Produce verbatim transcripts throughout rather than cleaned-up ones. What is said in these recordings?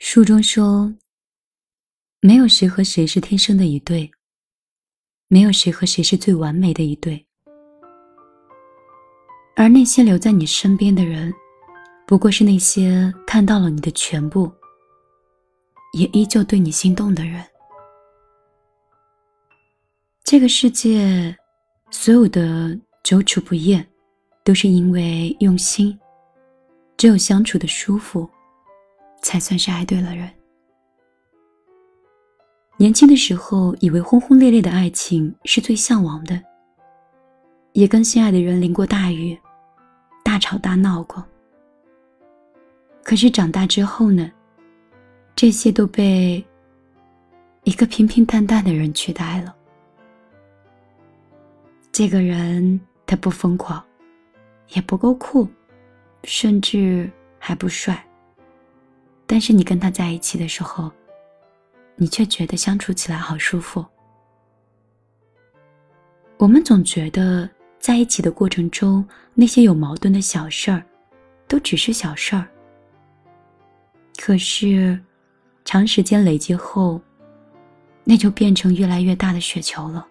书中说，没有谁和谁是天生的一对，没有谁和谁是最完美的一对，而那些留在你身边的人，不过是那些看到了你的全部，也依旧对你心动的人。这个世界所有的久处不厌，都是因为用心，只有相处的舒服，才算是爱对了人。年轻的时候以为轰轰烈烈的爱情是最向往的，也跟心爱的人淋过大雨，大吵大闹过。可是长大之后呢，这些都被一个平平淡淡的人取代了。这个人他不疯狂，也不够酷，甚至还不帅，但是你跟他在一起的时候，你却觉得相处起来好舒服。我们总觉得在一起的过程中，那些有矛盾的小事儿都只是小事儿，可是长时间累积后，那就变成越来越大的雪球了。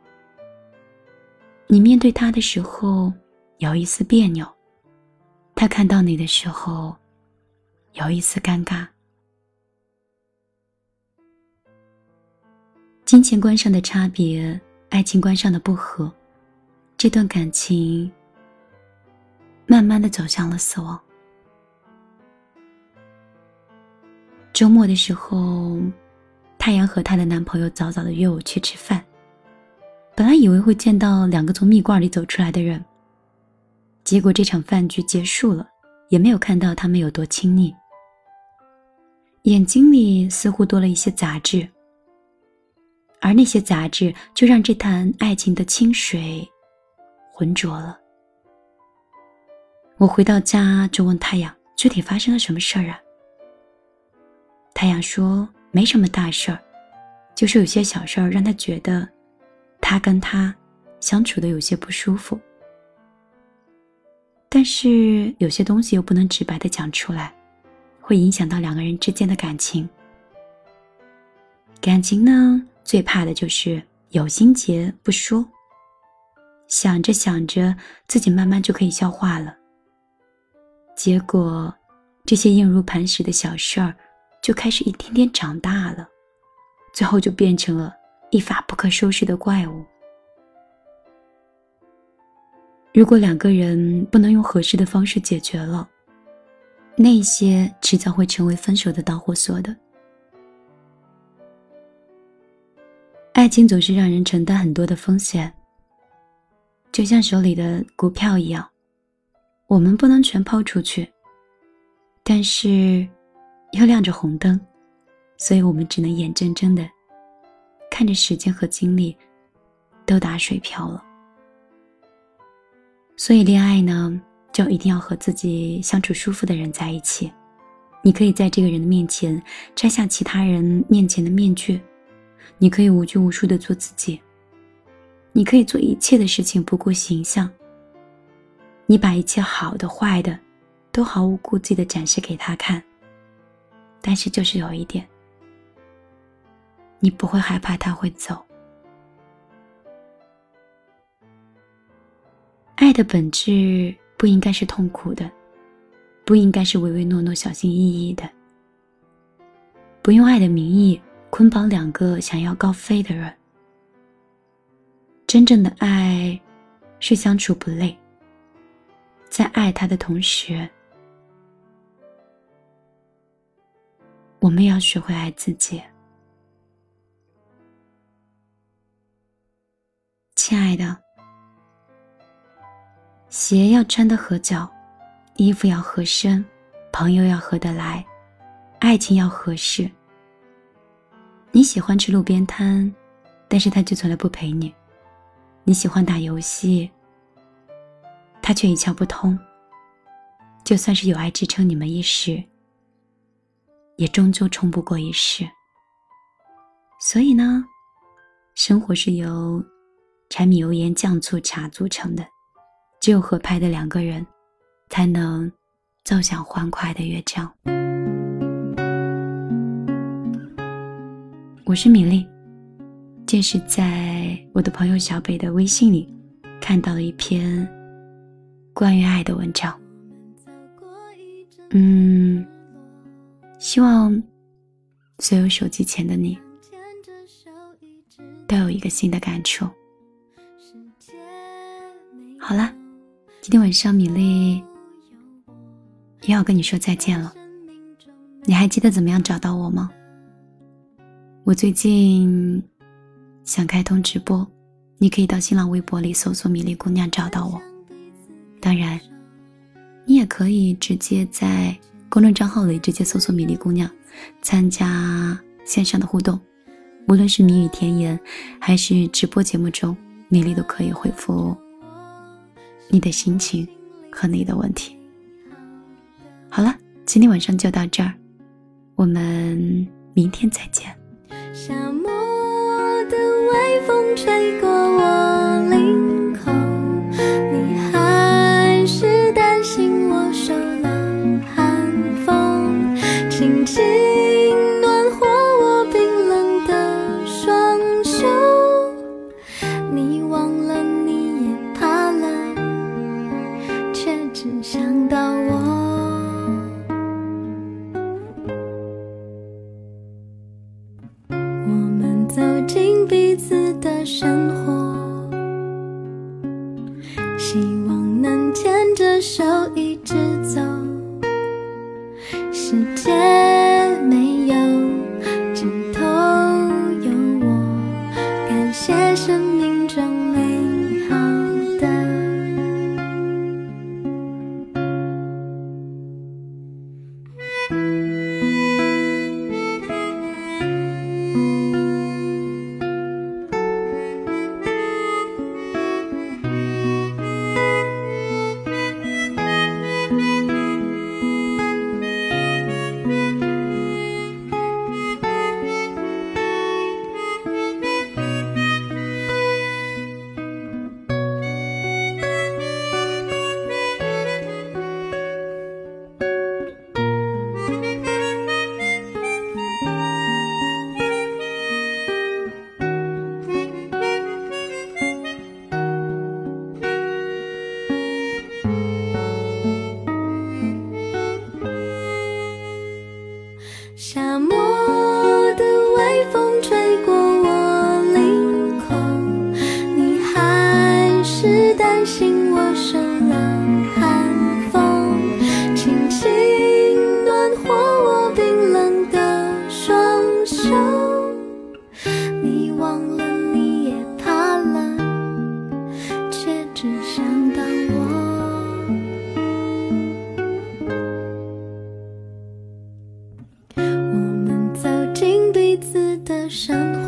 你面对他的时候有一丝别扭，他看到你的时候有一丝尴尬。金钱观上的差别，爱情观上的不合，这段感情慢慢地走向了死亡。周末的时候，太阳和她的男朋友早早地约我去吃饭。本来以为会见到两个从蜜罐里走出来的人，结果这场饭局结束了，也没有看到他们有多亲昵。眼睛里似乎多了一些杂质，而那些杂质就让这潭爱情的清水浑浊了。我回到家就问太阳，具体发生了什么事儿啊？太阳说没什么大事儿，就是有些小事儿让他觉得他跟他相处的有些不舒服，但是有些东西又不能直白地讲出来，会影响到两个人之间的感情。感情呢，最怕的就是有心结不说，想着想着自己慢慢就可以消化了，结果这些硬如磐石的小事儿就开始一天天长大了，最后就变成了一发不可收拾的怪物。如果两个人不能用合适的方式解决了，那些迟早会成为分手的导火索的。爱情总是让人承担很多的风险，就像手里的股票一样，我们不能全抛出去，但是又亮着红灯，所以我们只能眼睁睁的看着时间和精力都打水漂了。所以恋爱呢，就一定要和自己相处舒服的人在一起。你可以在这个人的面前摘下其他人面前的面具，你可以无拘无束地做自己，你可以做一切的事情不顾形象，你把一切好的坏的都毫无顾忌地展示给他看。但是就是有一点，你不会害怕他会走。爱的本质不应该是痛苦的，不应该是唯唯诺诺小心翼翼的，不用爱的名义捆绑两个想要高飞的人。真正的爱是相处不累，在爱他的同时，我们要学会爱自己。亲爱的，鞋要穿得合脚，衣服要合身，朋友要合得来，爱情要合适。你喜欢吃路边摊，但是他就从来不陪你。你喜欢打游戏，他却一窍不通。就算是有爱支撑你们一时，也终究冲不过一世。所以呢，生活是由柴米油盐酱醋茶组成的，只有合拍的两个人，才能奏响欢快的乐章。 我是米粒，这是在我的朋友小北的微信里看到了一篇关于爱的文章。嗯，希望所有手机前的你都有一个新的感触。好啦，今天晚上米粒也要跟你说再见了。你还记得怎么样找到我吗？我最近想开通直播，你可以到新浪微博里搜索米粒姑娘找到我。当然你也可以直接在公众账号里直接搜索米粒姑娘，参加线上的互动，无论是谜语甜言还是直播节目中，米粒都可以回复你的心情和你的问题。好了，今天晚上就到这儿，我们明天再见。 夏末的微风吹过我领口，你还是担心我受了寒风，轻轻暖和我冰冷的双袖。你忘了你也怕冷，却只想到我。走进彼此的生活，希望能牵着手一直走。世界没有尽头，有我，感谢生命中美好的。夏末的微风吹过我领口，你还是担心我受了寒风，轻轻暖和我冰冷的双手。你忘了你也怕冷，却只想到我。彼此的生活。